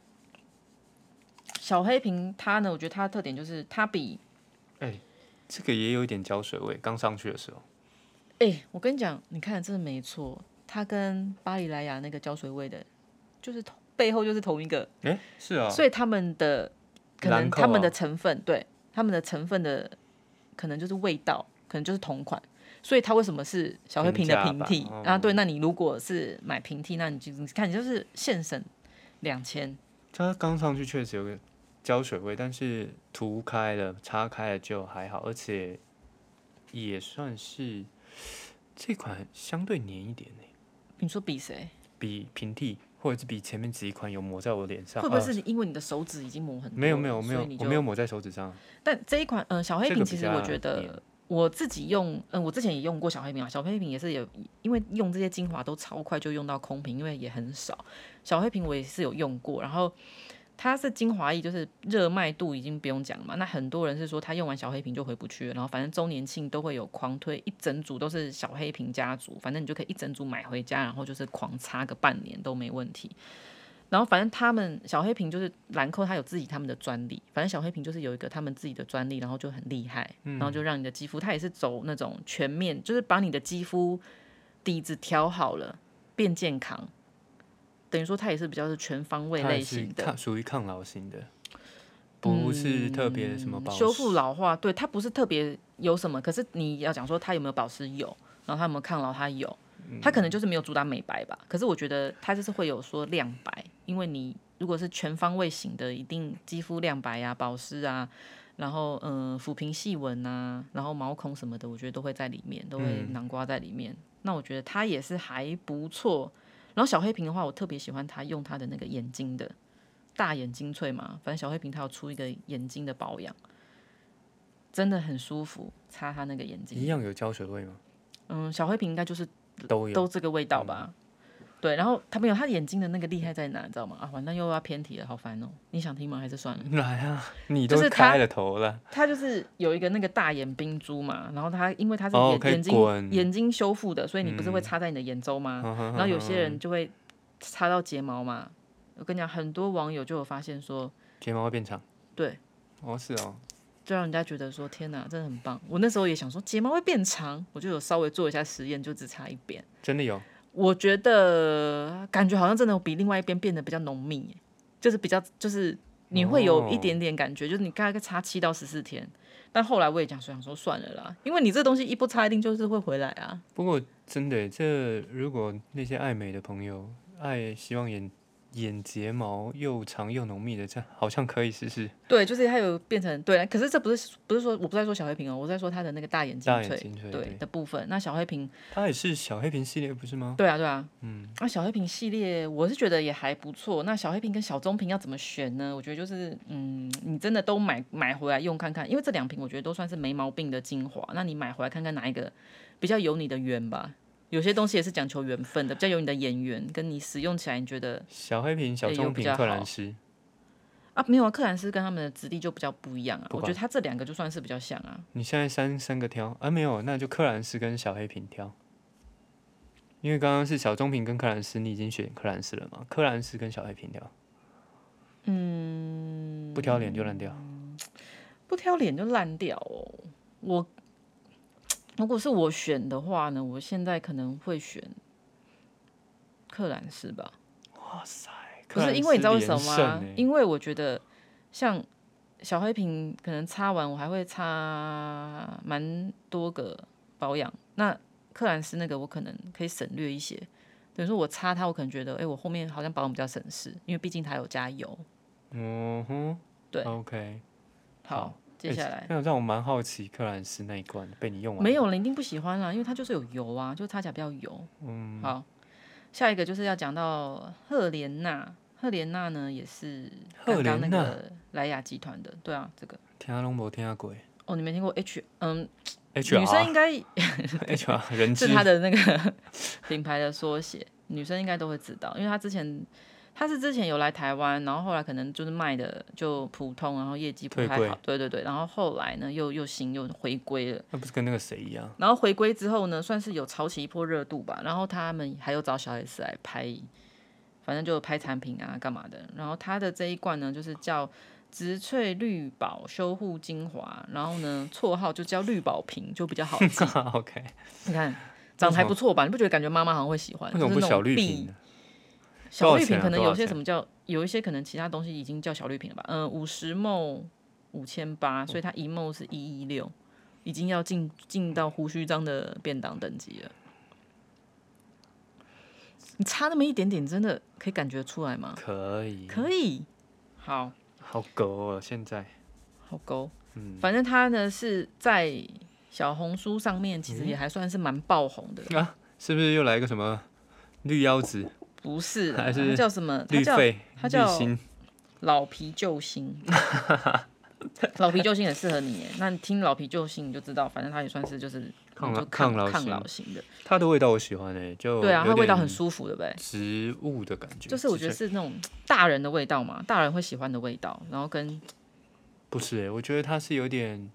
小黑瓶它呢，我觉得它的特点就是它比， 哎，这个也有一点胶水味，刚上去的时候。 哎、我跟你讲，你看真的没错，它跟巴黎莱雅那个胶水味的，就是同背后就是同一个， 哎，是啊， 所以他们的可能兰蔻啊他们的成分，对他们的成分的可能就是味道，可能就是同款。所以它为什么是小黑瓶的平替平价吧啊？对，那你如果是买平替，那你就你看你就是现省两千。 它刚上去确实有个胶水味，但是涂开了、擦开了就还好，而且也算是这款相对黏一点呢， 你说比谁？ 比平替或者是比前面几款有抹在我脸上。 会不会呃是因为你的手指已经磨很多了？ 没有没有没有所以你，就我没有抹在手指上。 但这一款，呃，小黑这个比较瓶其实我觉黏得我自己用，嗯、我之前也用过小黑瓶啊，小黑瓶也是有，因为用这些精华都超快就用到空瓶，因为也很少。小黑瓶我也是有用过，然后它是精华液，就是热卖度已经不用讲了嘛。那很多人是说他用完小黑瓶就回不去了，然后反正周年庆都会有狂推，一整组都是小黑瓶家族，反正你就可以一整组买回家，然后就是狂擦个半年都没问题。然后反正他们小黑瓶就是兰蔻，它有自己他们的专利。反正小黑瓶就是有一个他们自己的专利，然后就很厉害，然后就让你的肌肤，它也是走那种全面，就是把你的肌肤底子调好了，变健康。等于说它也是比较是全方位它也是类型的， 抗属于抗老型的，不是特别什么保湿修复老化，对它不是特别有什么，可是你要讲说它有没有保湿有，然后它有没有抗老它有，它可能就是没有主打美白吧。可是我觉得它就是会有说亮白，因为你如果是全方位型的，一定肌肤亮白啊、保湿啊，然后嗯抚平细纹啊，然后毛孔什么的，我觉得都会在里面，都会囊括在里面。那我觉得它也是还不错。然后小黑瓶的话，我特别喜欢它用它的那个眼睛的大眼精粹嘛，反正小黑瓶它有出一个眼睛的保养，真的很舒服，擦它那个眼睛一样有胶水味吗？ 嗯，小黑瓶应该就是都有。 都这个味道吧。对，然后他没有他眼睛的那个厉害在哪，你知道吗？啊，完蛋又要偏题了，好烦哦。你想听吗？还是算了？ 来啊，你都就是它开了头了。 它就是有一个那个大眼冰珠嘛，然后它因为它是眼、 哦可以眼睛滚眼睛修复的，所以你不是会插在你的眼周吗？ 嗯然后有些人就会插到睫毛嘛。我跟你讲，很多网友就有发现说， 睫毛会变长。 对， 哦，是哦。 就让人家觉得说天哪，真的很棒。我那时候也想说睫毛会变长，我就有稍微做一下实验，就只插一边。 真的有。 我觉得感觉好像真的比另外一边变得比较浓密耶，就是比较就是你会有一点点感觉，就是你大概擦七到十四天。但后来我也讲说想说算了啦，因为你这东西一不擦一定就是会回来啊。 不过真的耶，这如果那些爱美的朋友爱希望眼眼睫毛又长又浓密的，这样好像可以试试。 对，就是它有变成对，可是这不是不是说我不是在说小黑瓶哦，我在说它的那个大眼睛大眼脆睛脆对对的部分。那小黑瓶它也是小黑瓶系列不是吗？ 对啊对啊，嗯，那小黑瓶系列我是觉得也还不错。那小黑瓶跟小棕瓶要怎么选呢？我觉得就是嗯，你真的都买买回来用看看，因为这两瓶我觉得都算是没毛病的精华。那你买回来看看哪一个比较有你的缘吧。有些东西也是讲求缘分的，比较有你的眼缘，跟你使用起来你觉得小黑瓶、小棕瓶、克兰斯啊，没有啊，克兰斯跟他们的质地就比较不一样啊。 不管我觉得它这两个就算是比较像啊。 你现在三三个挑啊？没有，那就克兰斯跟小黑瓶挑。因为刚刚是小棕瓶跟克兰斯，你已经选克兰斯了嘛？克兰斯跟小黑瓶挑。嗯，不挑脸就烂掉。 不挑脸就烂掉哦。我如果是我选的话呢，我现在可能会选克兰斯吧。 哇塞， 不是因为你知道为什么克兰吗？ 斯连胜欸因为我觉得像小黑瓶可能擦完我还会擦蛮多个保养，那克兰斯那个我可能可以省略一些。等于说我擦它，我可能觉得，哎、欸，我后面好像保养比较省事，因为毕竟它有加油。 嗯哼， 对 ，OK， 好，接下来、 欸、那让我蛮好奇克兰斯那一罐被你用完没有了，你一定不喜欢啦，因为它就是有油啊，就擦起来比较油。嗯，好，下一个就是要讲到赫莲娜，赫莲娜呢也是刚刚那个莱雅集团的，对啊，这个听都没听过哦，你没听过 H 嗯 H R 女生应该 H R 人是它的那个品牌的缩写，女生应该都会知道，因为她之前她是之前有来台湾，然后后来可能就是卖的就普通，然后业绩不太好，对对对，然后后来呢又又新又回归了， 那不是跟那个谁一样？ 然后回归之后呢，算是有炒起一波热度吧，然后他们还有找小 S 来拍，反正就拍产品啊干嘛的，然后它的这一罐呢就是叫植萃绿宝修护精华，然后呢绰号就叫绿宝瓶，就比较好记。 OK， 你看长得还不错吧？你不觉得感觉妈妈好像会喜欢？ 为什么不小绿瓶呢？ 小绿瓶可能有些什么叫，有一些可能其他东西已经叫小绿瓶了吧？嗯、呃，五十 ml 五千八，所以它一 ml 是一一六，已经要进进到胡须章的便当等级了。你差那么一点点，真的可以感觉出来吗？ 可以， 可以。好， 好狗哦，现在好狗。 嗯， 反正它呢是在小红书上面，其实也还算是蛮爆红的、 嗯、啊。是不是又来一个什么绿腰子？ 不是啦， 还是它叫什么？ 绿肺？ 它叫老皮救星。老皮救星很适合你耶，那你听老皮救星你就知道，反正它也算是就是抗老抗老抗老型的。 它的味道我喜欢诶，就对啊，它味道很舒服，对不对？ 植物的感觉， 就是我觉得是那种大人的味道嘛，大人会喜欢的味道，然后跟不是诶，我觉得它是有点，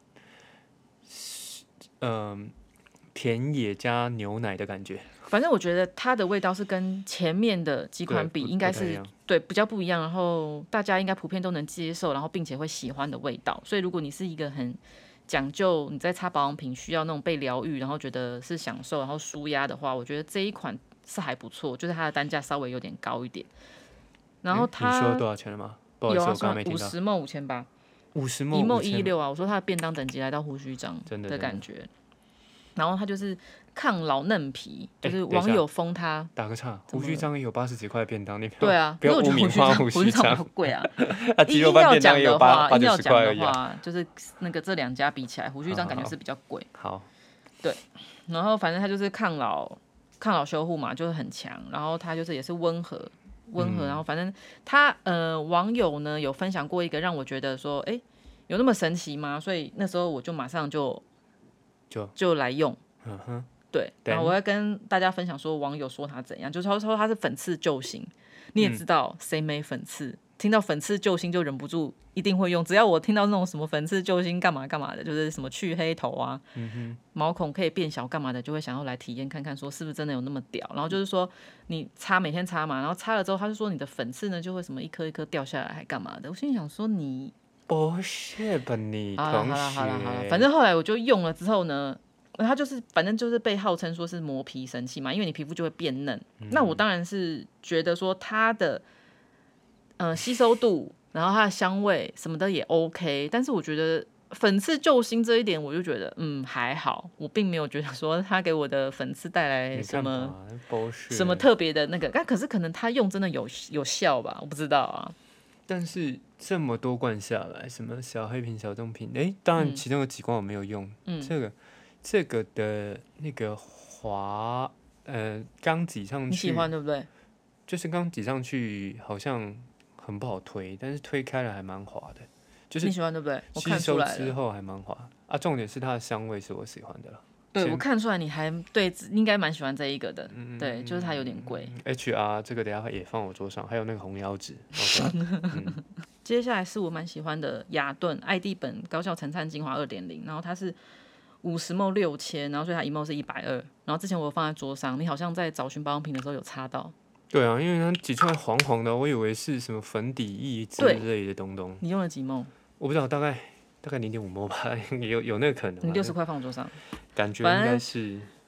嗯、呃，田野加牛奶的感觉。 反正我觉得它的味道是跟前面的几款比，应该是对比较不一样，然后大家应该普遍都能接受，然后并且会喜欢的味道。所以如果你是一个很讲究你在擦保养品需要那种被疗愈，然后觉得是享受，然后舒压的话，我觉得这一款是还不错，就是它的单价稍微有点高一点。然后它、 欸、你说多少钱了吗？不好意思， 有啊， 我刚刚没听到。 五十 ml 五千八， 五十 ml 一 ml 一六啊，我说它的便当等级来到胡须章的感觉。然后它就是抗老嫩皮，就是网友封它。 打个岔，胡须章也有八十几块便当，你对啊， 不要污名化胡须章比较贵啊。 硬要讲的话，硬要讲的话，就是那个这两家比起来，胡须章感觉是比较贵。 好， 对，然后反正它就是抗老、抗老修护嘛，就是很强。然后它就是也是温和、温和。嗯、然后反正他呃，网友呢有分享过一个让我觉得说，哎，有那么神奇吗？所以那时候我就马上就。 就就来用， 嗯哼， 对，然后我要跟大家分享说网友说他怎样，就是他说他是粉刺救星，你也知道谁没粉刺，嗯、听到粉刺救星就忍不住一定会用，只要我听到那种什么粉刺救星干嘛干嘛的，就是什么去黑头啊， 嗯哼， 毛孔可以变小干嘛的，就会想要来体验看看，说是不是真的有那么屌。然后就是说你擦每天擦嘛，然后擦了之后，他就说你的粉刺呢就会什么一颗一颗掉下来，还干嘛的。我心里想说你。 bullshit 吧你同学。 好了好了好了，反正后来我就用了之后呢，它就是反正就是被号称说是磨皮神器嘛，因为你皮肤就会变嫩。嗯、那我当然是觉得说它的呃吸收度，然后它的香味什么的也 OK， 但是我觉得粉刺救星这一点，我就觉得嗯还好，我并没有觉得说它给我的粉刺带来什么什么特别的那个，但可是可能它用真的有有效吧，我不知道啊。 但是这么多罐下来，什么小黑瓶、小棕瓶，哎、欸，当然其中有几罐我没有用。嗯，这个这个的那个滑，呃，刚挤上去， 你喜欢对不对？ 就是刚挤上去好像很不好推，但是推开了还蛮滑的。就是你喜欢对不对？我吸收之后还蛮滑啊，重点是它的香味是我喜欢的了。 对，我看出来你还对应该蛮喜欢这一个的，嗯、对，就是它有点贵。 H R 这个等一下也放我桌上，还有那个红腰子。okay 嗯、 接下来是我蛮喜欢的雅顿爱地本高效陈灿精华 二点零， 然后它是五十 ml 六千，然后所以它一 ml 是一百二，然后之前我有放在桌上，你好像在找寻保养品的时候有擦到。 对啊，因为它挤出来黄黄的，我以为是什么粉底液之类的东东。 你用了几 ml？ 我不知道，大概大概零点五 ml 吧，有有那个可能。 你六十块放我桌上。 感觉应该是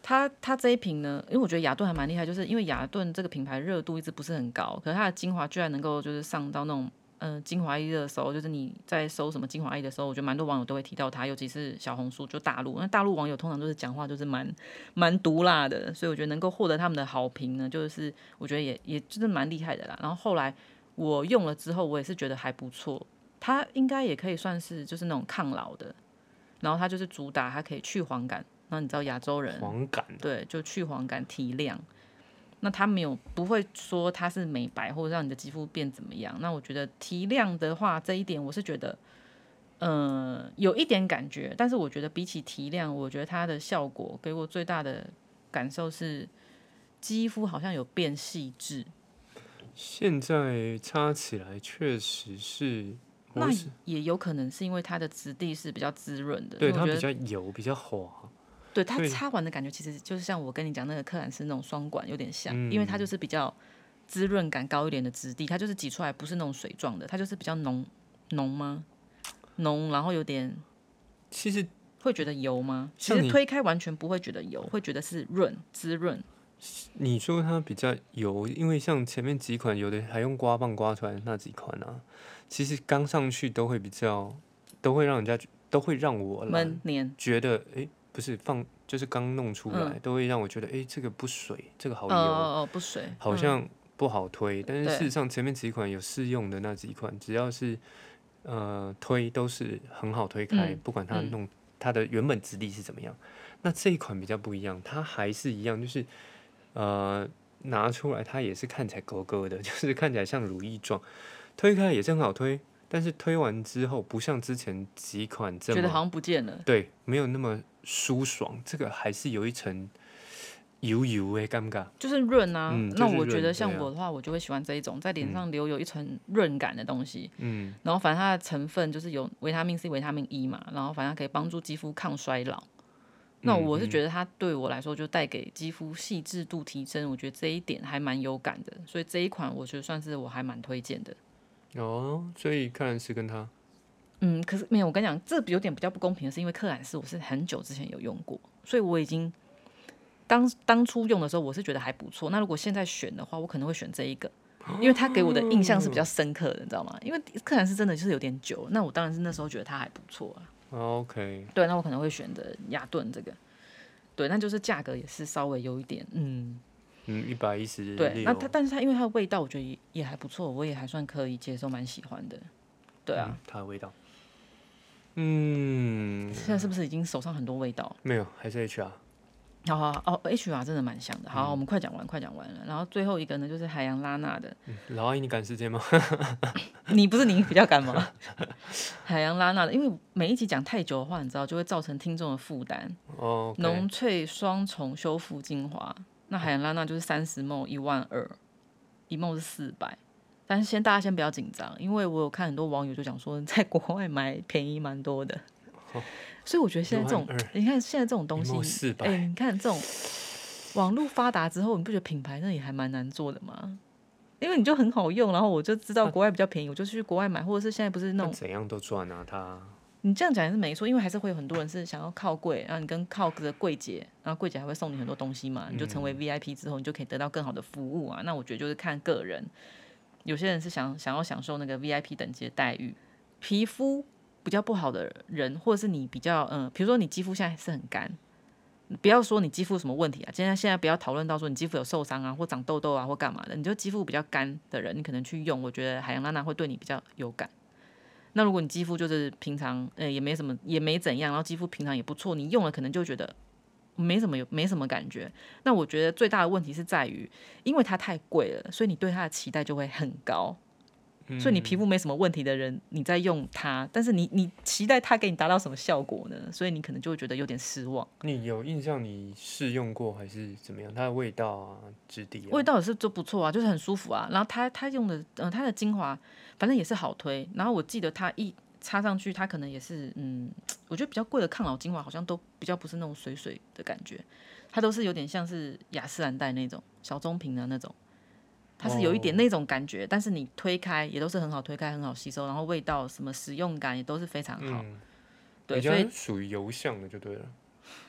它它这一瓶呢，因为我觉得雅顿还蛮厉害，就是因为雅顿这个品牌热度一直不是很高，可是它的精华居然能够就是上到那种呃精华液热搜，就是你在搜什么精华液的时候，我觉得蛮多网友都会提到它，尤其是小红书就大陆，那大陆网友通常都是讲话就是蛮蛮毒辣的，所以我觉得能够获得他们的好评呢，就是我觉得也也真的蛮厉害的啦。然后后来我用了之后，我也是觉得还不错，它应该也可以算是就是那种抗老的，然后它就是主打它可以去黄疸。那你知道亚洲人黄疸对，就去黄疸提亮，那它没有不会说它是美白或者让你的肌肤变怎么样。那我觉得提亮的话，这一点我是觉得，呃，有一点感觉，但是我觉得比起提亮，我觉得它的效果给我最大的感受是，肌肤好像有变细致。 现在擦起来确实是， 那也有可能是因为它的质地是比较滋润的， 对它比较油，比较滑。 对它擦完的感觉，其实就是像我跟你讲那个克兰斯那种双管有点像， 嗯、 因为它就是比较滋润感高一点的质地，它就是挤出来不是那种水状的，它就是比较浓浓吗？浓，然后有点， 其实会觉得油吗？其实推开完全不会觉得油，会觉得是润滋润。 你说它比较油，因为像前面几款有的还用刮棒刮出来那几款啊，其实刚上去都会比较，都会让人家都会让我闷黏， 觉得哎。欸不是放，就是刚弄出来，嗯、都会让我觉得，哎、欸，这个不水，这个好油， 哦哦哦不水， 好像不好推。嗯、但是事实上，前面几款有试用的那几款，只要是呃推都是很好推开，嗯、不管它弄、嗯、它的原本质地是怎么样。那这一款比较不一样，它还是一样，就是呃拿出来它也是看起来勾勾的，就是看起来像乳液状，推开也是很好推。但是推完之后，不像之前几款这么觉得好像不见了， 对，没有那么舒爽，这个还是有一层油油的尴尬， 就是润啊。 嗯、 那我觉得像我的话，我就会喜欢这一种在脸上留有一层润感的东西。嗯，然后反正它的成分就是有维他命 C、维他命 E 嘛，然后反正可以帮助肌肤抗衰老。那我是觉得它对我来说就带给肌肤细致度提升，我觉得这一点还蛮有感的，所以这一款我觉得算是我还蛮推荐的。 哦，所以克兰斯跟他， 嗯，可是没有，我跟你讲，这有点比较不公平的是，因为克兰斯我是很久之前有用过，所以我已经当当初用的时候我是觉得还不错。那如果现在选的话，我可能会选这一个，因为它给我的印象是比较深刻的，你知道吗？因为克兰斯真的就是有点久，那我当然是那时候觉得它还不错啊。 OK， 对，那我可能会选择雅顿这个，对，那就是价格也是稍微有一点，嗯。 嗯，一百一十。 对，那它，但是它因为它的味道，我觉得 也, 也还不错，我也还算可以接受，蛮喜欢的。对啊， 嗯、它的味道，嗯， 现在是不是已经手上很多味道？ 没有，还是 H R。 好好好哦 ，H R 真的蛮香的。好，嗯、我们快讲完，快讲完了。然后最后一个呢，就是海洋拉娜的。 嗯、老阿姨，你赶时间吗？ 你不是你比较赶吗？海洋拉娜的，因为每一集讲太久的话，你知道就会造成听众的负担。 哦、okay。 浓萃双重修复精华。那海洋拉娜就是三十 ml 一万二，一 ml 是四百，但是先大家先不要紧张，因为我有看很多网友就讲说在国外买便宜蛮多的，哦、所以我觉得现在这种，你看现在这种东西，哎、欸，你看这种网络发达之后，你不觉得品牌那也还蛮难做的吗？因为你就很好用，然后我就知道国外比较便宜，我就去国外买，或者是现在不是那种怎样都赚啊他。 你这样讲也是没错，因为还是会有很多人是想要靠柜，然后你跟靠着柜姐，然后柜姐还会送你很多东西嘛，你就成为 V I P 之后，你就可以得到更好的服务啊。那我觉得就是看个人，有些人是想想要享受那个 V I P 等级的待遇，皮肤比较不好的人，或者是你比较嗯，比如说你肌肤现在是很干，不要说你肌肤有什么问题啊，现在现在不要讨论到说你肌肤有受伤啊，或长痘痘啊，或干嘛的，你就肌肤比较干的人，你可能去用，我觉得海洋拉娜会对你比较有感。那如果你肌肤就是平常，呃、欸，也没什么，也没怎样，然后肌肤平常也不错，你用了可能就觉得没什么有没什么感觉。那我觉得最大的问题是在于，因为它太贵了，所以你对它的期待就会很高。嗯、所以你皮肤没什么问题的人，你在用它，但是你你期待它给你达到什么效果呢？所以你可能就会觉得有点失望。 你有印象你试用过还是怎么样？它的味道啊，质地啊， 味道也是就不错啊，就是很舒服啊。然后它它用的呃它的精华，反正也是好推。然后我记得它一擦上去，它可能也是嗯，我觉得比较贵的抗老精华好像都比较不是那种水水的感觉，它都是有点像是雅诗兰黛那种小棕瓶的那种。它是有一点那种感觉，哦、但是你推开也都是很好推开，很好吸收，然后味道什么使用感也都是非常好。嗯、对，所以属于油相的就对了。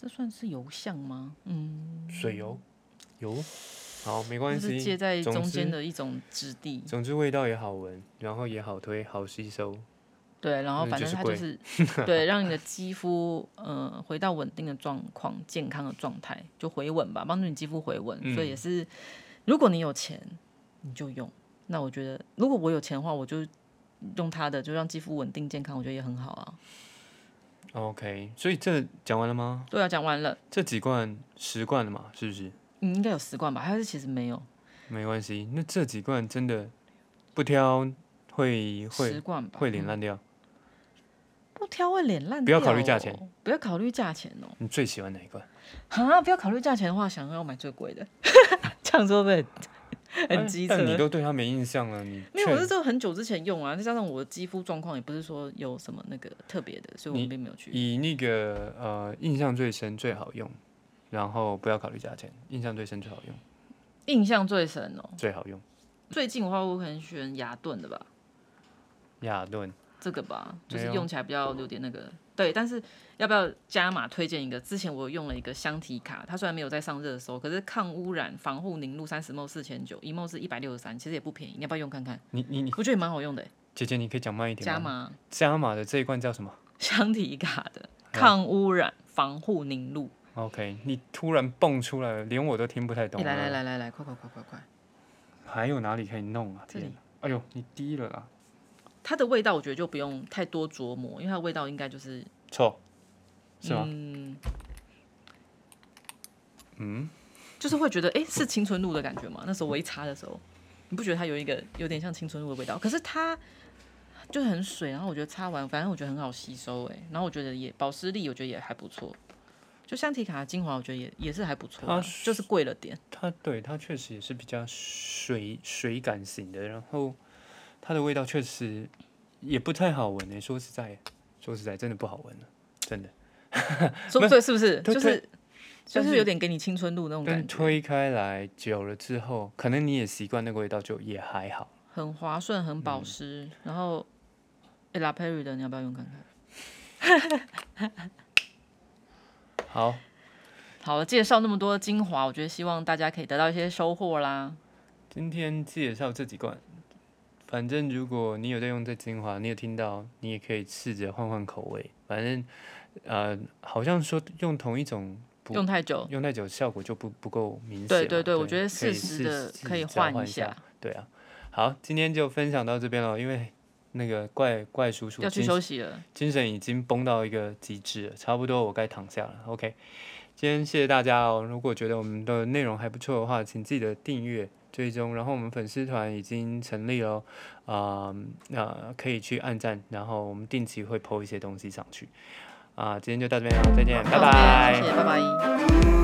这算是油相吗？嗯， 水油油，好，没关系， 就是介在中总之间的一种质地。 总之味道也好闻，然后也好推，好吸收。 对，然后反正它就就是对，让你的肌肤呃回到稳定的状况、健康的状态，就回稳吧，帮助你肌肤回稳。 嗯所以也是，如果你有钱，你就用。那我觉得，如果我有钱的话，我就用它的，就让肌肤稳定健康，我觉得也很好啊。 OK，所以这讲完了吗？ 对啊，讲完了。 这几罐十罐了嘛，是不是？ 嗯，应该有十罐吧？还是其实没有？ 没关系，那这几罐真的不挑会会十罐吧？ 会脸烂掉。 不挑会脸烂、哦， 不要考虑价钱， 不要考虑价钱哦。 你最喜欢哪一罐？ 啊，不要考虑价钱的话，想要买最贵的，这样说会很机车。 但你都对它没印象了，你没有，我是这很久之前用啊，再加上我的肌肤状况也不是说有什么那个特别的，所以我并没有去。 以那个呃印象最深最好用，然后不要考虑价钱，印象最深最好用。 印象最深哦， 最好用。 最近的话，我可能选雅顿的吧。 雅顿。 这个吧，就是用起来比较有点那个，对，但是要不要加码推荐一个？之前我用了一个香缇卡，它虽然没有在上热搜，可是抗污染防护凝露三十 ml 四千九，一 ml 是一百六十三，其实也不便宜，你要不要用看看？ 你你你， 我觉得也蛮好用的。 姐姐，你可以讲慢一点吗？ 加码加码的这一罐叫什么？ 香缇卡的抗污染防护凝露。 OK， 你突然蹦出来了，连我都听不太懂。 来来来来来，快快快快快！ 还有哪里可以弄啊？天哪！哎呦，你低了啦！ 它的味道我觉得就不用太多琢磨，因为它的味道应该就是臭，是吗？ 嗯， 嗯， 就是会觉得哎、欸、是青春露的感觉嘛。那时候我一擦的时候，你不觉得它有一个有点像青春露的味道？可是它就是很水，然后我觉得擦完，反正我觉得很好吸收哎、欸，然后我觉得也保湿力，我觉得也还不错。就香缇卡的精华，我觉得也也是还不错，就是贵了点。 它对它确实也是比较水水感型的，然后。它的味道确实也不太好闻诶，说实在，说实在，真的不好闻了，真的。 说不对是不是？就是就是有点给你青春露那种感觉。 但推开来久了之后，可能你也习惯那个味道，就也还好。 很滑顺，很保湿。嗯、然后 La Prairie 的你要不要用看看？ 好， 好了，介绍那么多精华，我觉得希望大家可以得到一些收获啦。 今天介绍这几罐。反正如果你有在用这精华，你有听到，你也可以试着换换口味。反正，呃，好像说用同一种， 用太久， 用太久效果就不不够明显。 对对对， 对我觉得适时的可以换一下。 对啊，好，今天就分享到这边了，因为那个怪怪叔叔要去休息了， 精神已经崩到一个极致了，差不多我该躺下了。OK， 今天谢谢大家哦。如果觉得我们的内容还不错的话，请记得订阅。追踪，然后我们粉丝团已经成立了，啊、呃，呃，可以去按赞，然后我们定期会 po 一些东西上去，啊、呃，今天就到这边了，再见，拜拜， 谢谢，拜拜。